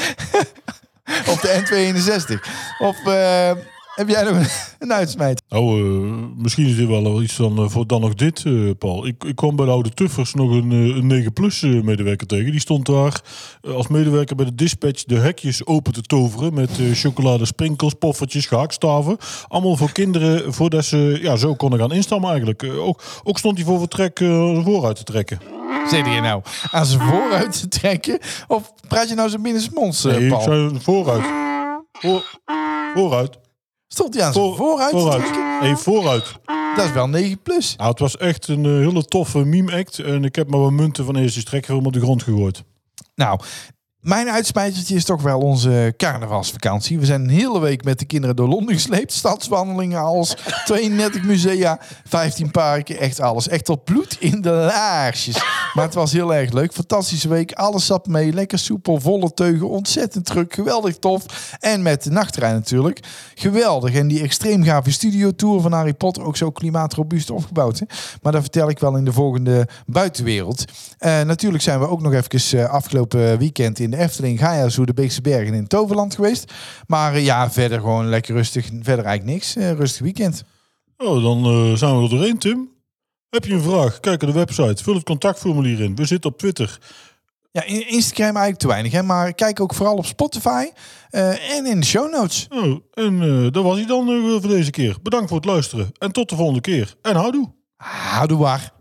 Op de N tweehonderdeenenzestig. Of uh, heb jij nog een, een uitsmijt? Nou, uh, misschien is dit wel iets dan, uh, voor dan nog dit, uh, Paul. Ik, ik kwam bij de oude Tuffers nog een, uh, een negen plus uh, medewerker tegen. Die stond daar uh, als medewerker bij de dispatch de hekjes open te toveren. Met uh, chocolade, sprinkels, poffertjes, gehaktstaven. Allemaal voor kinderen, voordat ze ja, zo konden gaan instammen eigenlijk. Uh, ook, ook stond hij voor vertrek uh, vooruit te trekken. Zit je nou aan zijn vooruit te trekken? Of praat je nou zo binnensmonds, uh, nee, Paul? ik zei vooruit. Voor, vooruit. Stond hij aan zijn Voor, vooruit, vooruit. te trekken? Nee, vooruit. Dat is wel negen plus. Nou, het was echt een uh, hele toffe meme-act. En ik heb maar wat munten van eerste strekker op de grond gegooid. Nou, mijn uitspijtertje is toch wel onze carnavalsvakantie. We zijn een hele week met de kinderen door Londen gesleept. Stadswandelingen, alles. tweeëndertig musea, vijftien parken, echt alles. Echt tot bloed in de laarsjes. Maar het was heel erg leuk. Fantastische week. Alles zat mee. Lekker soepel, volle teugen. Ontzettend druk. Geweldig tof. En met de nachttrein natuurlijk. Geweldig. En die extreem gave studiotour van Harry Potter. Ook zo klimaatrobuust opgebouwd. Hè? Maar dat vertel ik wel in de volgende buitenwereld. Uh, natuurlijk zijn we ook nog even uh, afgelopen weekend in de Efteling, Gaia Zoo, de Beekse Bergen in Toverland geweest. Maar uh, ja, verder gewoon lekker rustig. Verder eigenlijk niks. Uh, rustig weekend. Oh, dan uh, zijn we er doorheen, Tim. Heb je een vraag? Kijk naar de website. Vul het contactformulier in. We zitten op Twitter. Ja, Instagram eigenlijk te weinig, hè? Maar kijk ook vooral op Spotify uh, en in de show notes. Oh, en uh, dat was hij dan uh, voor deze keer. Bedankt voor het luisteren. En tot de volgende keer. En houdoe. Houdoe waar.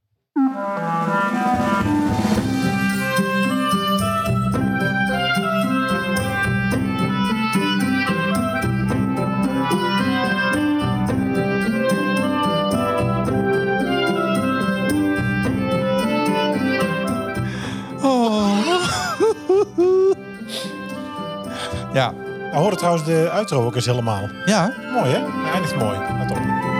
Ja. We horen trouwens de outro ook eens helemaal. Ja. Mooi, hè? Hij eindigt mooi. Let op.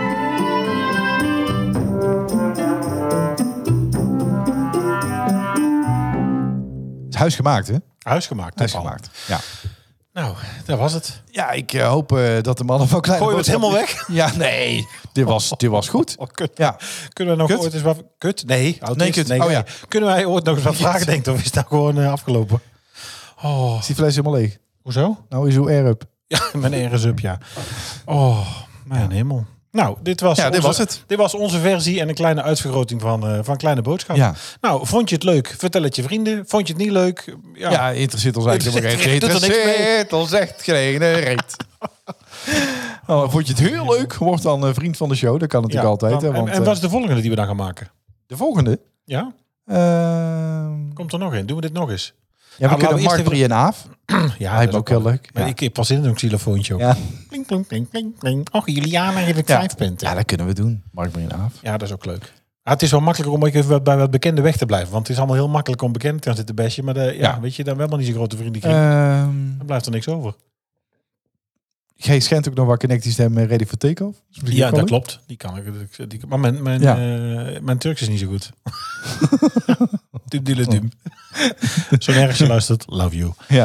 Het is huisgemaakt, hè? Huisgemaakt. Huisgemaakt. Ja. Nou, dat was het. Ja, ik uh, hoop uh, dat de mannen van Kleine Gooi je het Boodschap... helemaal weg? Ja, nee. Dit was, dit was goed. Oh, kut. Ja. Kunnen we nog Kut? ooit eens wat... Kut? Nee. Autist? Nee, kut. Nee, Oh, nee. ja. Kunnen wij ooit nog eens wat vragen denken? Of is het nou gewoon uh, afgelopen? Oh. Is die fles helemaal leeg? Hoezo? Nou is uw air-up. Ja, mijn ergens up, ja. Oh, mijn hemel. Nou, dit was, Ja, dit onze, was het. Dit was onze versie en een kleine uitvergroting van, uh, van Kleine Boodschap. Ja. Nou, vond je het leuk? Vertel het je vrienden. Vond je het niet leuk? Ja, Ja, interesseert ons eigenlijk helemaal geen. Doet er niks mee. Interesseert ons echt geen reet. Oh, vond je het heel leuk? Word dan een vriend van de show. Dat kan natuurlijk Ja, altijd. dan- Hè, want, en, en uh, wat is de volgende die we dan gaan maken? de volgende? Ja? Uh, Komt er nog in? Doen we dit nog eens? ja, we Nou, kunnen laten we Mark, eerst Brie en Aaf. Ja, Lijkt me dat ook is heel wel- leuk. Maar Ja. ik, ik pas in een xylofoontje ook. Ja. Kling, kling, kling, kling, kling. Och, Juliana heb ik Ja. vijf punten. ja, dat kunnen we doen. Mark, Brie en Aaf. Ja, dat is ook leuk. Ah, het is wel makkelijker om even bij wat bekende weg te blijven. Want het is allemaal heel makkelijk om bekend te gaan zitten bestje. Maar de, ja, Ja. weet je, dan hebben we helemaal niet zo'n grote vriendenkring. Ehm Dan blijft er niks over. Gij schijnt ook nog wat connecties te hebben met Ready for Takeoff. Dat is misschien Ja, ook wel dat leuk. klopt. Die kan ik. Die, maar mijn, mijn, Ja. eh, mijn Turks is niet zo goed. Dum, dule, dum. Zo nergens je luistert. Love you. Ja.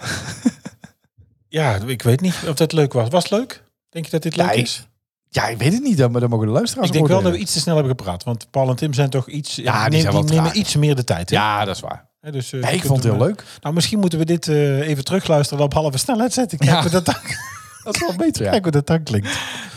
Ja, ik weet niet of dat leuk was. Was het leuk? Denk je dat dit leuk Ja, ik- is? ja, ik weet het niet. Maar dan mogen de luisteraars Ik denk wel dat we oordelen. iets te snel hebben gepraat. Want Paul en Tim zijn toch iets... die neem- zijn die wel nemen traag. iets meer de tijd. Hè? Ja, dat is waar. Hè, dus, uh, Nee, je ik kunt vond het heel hem, leuk. Nou, misschien moeten we dit uh, even terugluisteren en op halve snelheid zetten. Kijk Ja. hoe dat dan, Dat is wel beter, ja. kijk hoe dat dan klinkt. Ja.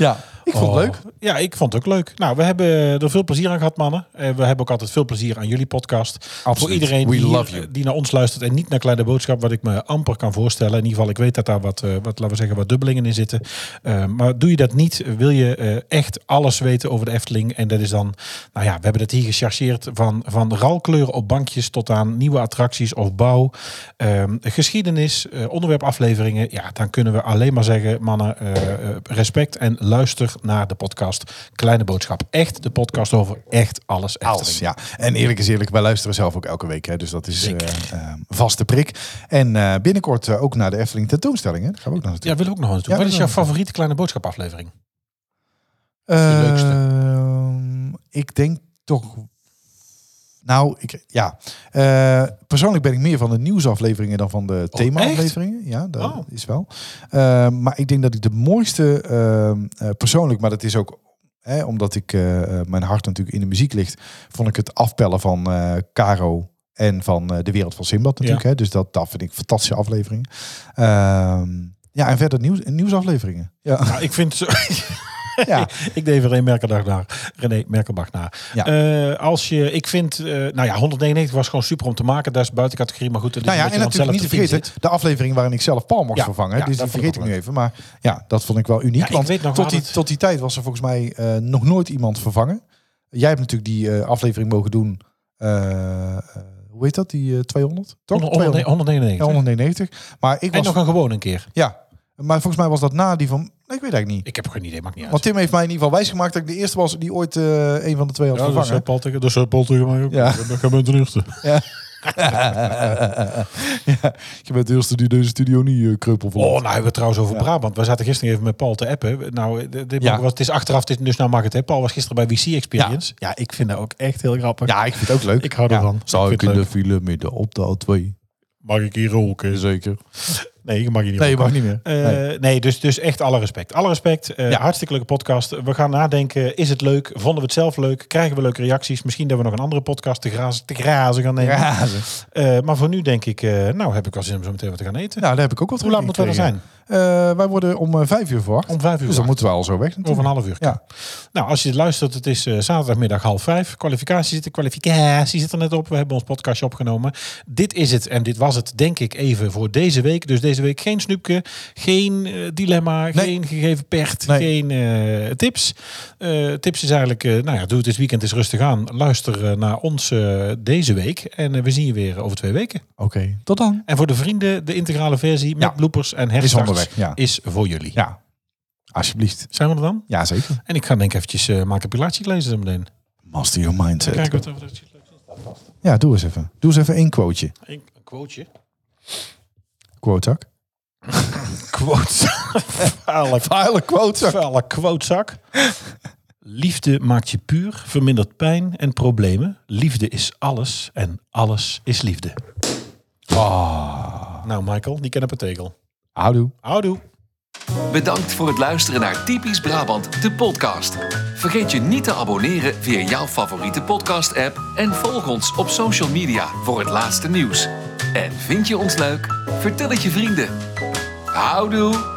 Ik vond het Oh, leuk. Ja, ik vond het ook leuk. Nou, we hebben er veel plezier aan gehad, mannen. Uh, we hebben ook altijd veel plezier aan jullie podcast. Absoluut. Voor iedereen We die, love hier, you. die naar ons luistert en niet naar Kleine Boodschap, wat ik me amper kan voorstellen. In ieder geval, ik weet dat daar wat, uh, wat laten we zeggen, wat dubbelingen in zitten. Uh, maar doe je dat niet, wil je uh, echt alles weten over de Efteling. En dat is dan, nou ja, we hebben het hier gechargeerd van, van ralkleuren op bankjes tot aan nieuwe attracties of bouw. Uh, geschiedenis, uh, onderwerpafleveringen. Ja, dan kunnen we alleen maar zeggen, mannen, uh, uh, respect en luister naar de podcast Kleine Boodschap. Echt de podcast over echt alles Efteling. Alles, ja. En eerlijk is eerlijk, wij luisteren zelf ook elke week. Hè, dus dat is uh, uh, vaste prik. En uh, binnenkort uh, ook naar de Efteling tentoonstelling. Hè. Daar gaan we ook nog naartoe. Ja, wil ik ook nog eens doen. Ja, Wat is jouw naartoe. favoriete Kleine Boodschap aflevering? Uh, de leukste? Ik denk toch... Nou, ik, ja. Uh, persoonlijk ben ik meer van de nieuwsafleveringen dan van de thema-afleveringen. Ja, dat Oh. is wel. Uh, maar ik denk dat ik de mooiste, uh, uh, persoonlijk, maar dat is ook hè, omdat ik uh, mijn hart natuurlijk in de muziek ligt, vond ik het afpellen van uh, Caro en van uh, De Wereld van Simbad natuurlijk. Ja. Hè, dus dat, dat vind ik fantastische afleveringen. Uh, ja, en verder nieuws, nieuwsafleveringen. Ja. Nou, ik vind zo... Ja. Ik deed even René Merkelbach na. René Merkelbach na. Ja. Uh, als je, ik vind, uh, nou ja, honderdnegenennegentig was gewoon super om te maken. Dat is buiten categorie, maar goed. Dat is Nou ja, een en beetje natuurlijk niet te onszelf vergeten, de aflevering waarin ik zelf Paul mocht Ja, vervangen. ja, Dus dat die vond ik vergeet ik ook nu even. Maar ja, dat vond ik wel uniek. Ja, ik want weet nog tot, waar die, het- tot die tijd was er volgens mij uh, nog nooit iemand vervangen. Jij hebt natuurlijk die uh, aflevering mogen doen. Uh, uh, hoe heet dat? Die uh, tweehonderd? Toch? tweehonderd. honderdnegenennegentig. Ja, honderdnegenennegentig. Maar ik En was... nog een gewoon een keer. Ja, maar volgens mij was dat na die van... Nee, ik weet eigenlijk niet. Ik heb geen idee, maakt niet uit. Want Tim heeft mij in ieder geval wijsgemaakt dat ik de eerste was die ooit uh, een van de twee had Ja, dat is vervangen. Paul tegen, dat is Paul tegen mij ook. Ja. Dat gaat met de eerste. Ja. Ja, je bent de eerste die deze studio niet uh, kreupel verlaat. Oh, nou hebben we het trouwens over Ja. Brabant. We zaten gisteren even met Paul te appen. Nou, dit dit Ja. was, het is achteraf, dit, dus nou mag het. Hè. Paul was gisteren bij W C Experience. Ja. ja, ik vind dat ook echt heel grappig. Ja, ik vind het ook leuk. Ik hou Ja. ervan. Zou Ik ik vind in het de file midden op de A twee? Mag ik hier roken? Zeker. Nee, je mag je niet. Nee, je roken. mag niet meer. Uh, Nee. nee, dus, dus echt alle respect. Alle respect. Uh, Ja. Hartstikke leuke podcast. We gaan nadenken. Is het leuk? Vonden we het zelf leuk? Krijgen we leuke reacties? Misschien dat we nog een andere podcast te grazen, te grazen gaan nemen. Ja, Uh, maar voor nu denk ik, uh, nou heb ik wel zin om zo meteen wat te gaan eten. nou, daar heb ik ook wat Hoe laat moeten we er zijn? Uh, wij worden om uh, vijf uur verwacht. Om vijf uur. Dus dan moeten we al zo weg Over natuurlijk. een half uur. Ja. Nou, als je het luistert, het is uh, zaterdagmiddag half vijf. Kwalificatie zit, de kwalificatie zit er net op. We hebben ons podcastje opgenomen. Dit is het en dit was het, denk ik, even voor deze week. Dus deze week geen snoepje, geen uh, dilemma, Nee. geen gegeven pert, Nee. geen uh, tips. Uh, tips is eigenlijk, uh, nou ja, doe het dit weekend eens rustig aan. Luister uh, naar ons uh, deze week. En uh, we zien je weer over twee weken. Oké, okay, tot dan. En voor de vrienden, de integrale versie met Ja. bloopers en Is herstarts onderweg, ja. is voor jullie. Ja, alsjeblieft. Zijn we er dan? Ja, zeker. En ik ga denk ik eventjes uh, mijn capulatie lezen zo meteen. Master your mindset. Kijken wat er eventjes leuks in staat vast. Ja, doe eens even. Doe eens even één quoteje. Een quoteje. Quotezak. Quote. Vuile, Vuile quotezak. vuile quotezak. Liefde maakt je puur, vermindert pijn en problemen. Liefde is alles en alles is liefde. Ah. Nou Michael, die kennen per tegel. Houdoe. Houdoe. Bedankt voor het luisteren naar Typisch Brabant, de podcast. Vergeet je niet te abonneren via jouw favoriete podcast-app en volg ons op social media voor het laatste nieuws. En vind je ons leuk? Vertel het je vrienden. Houdoe!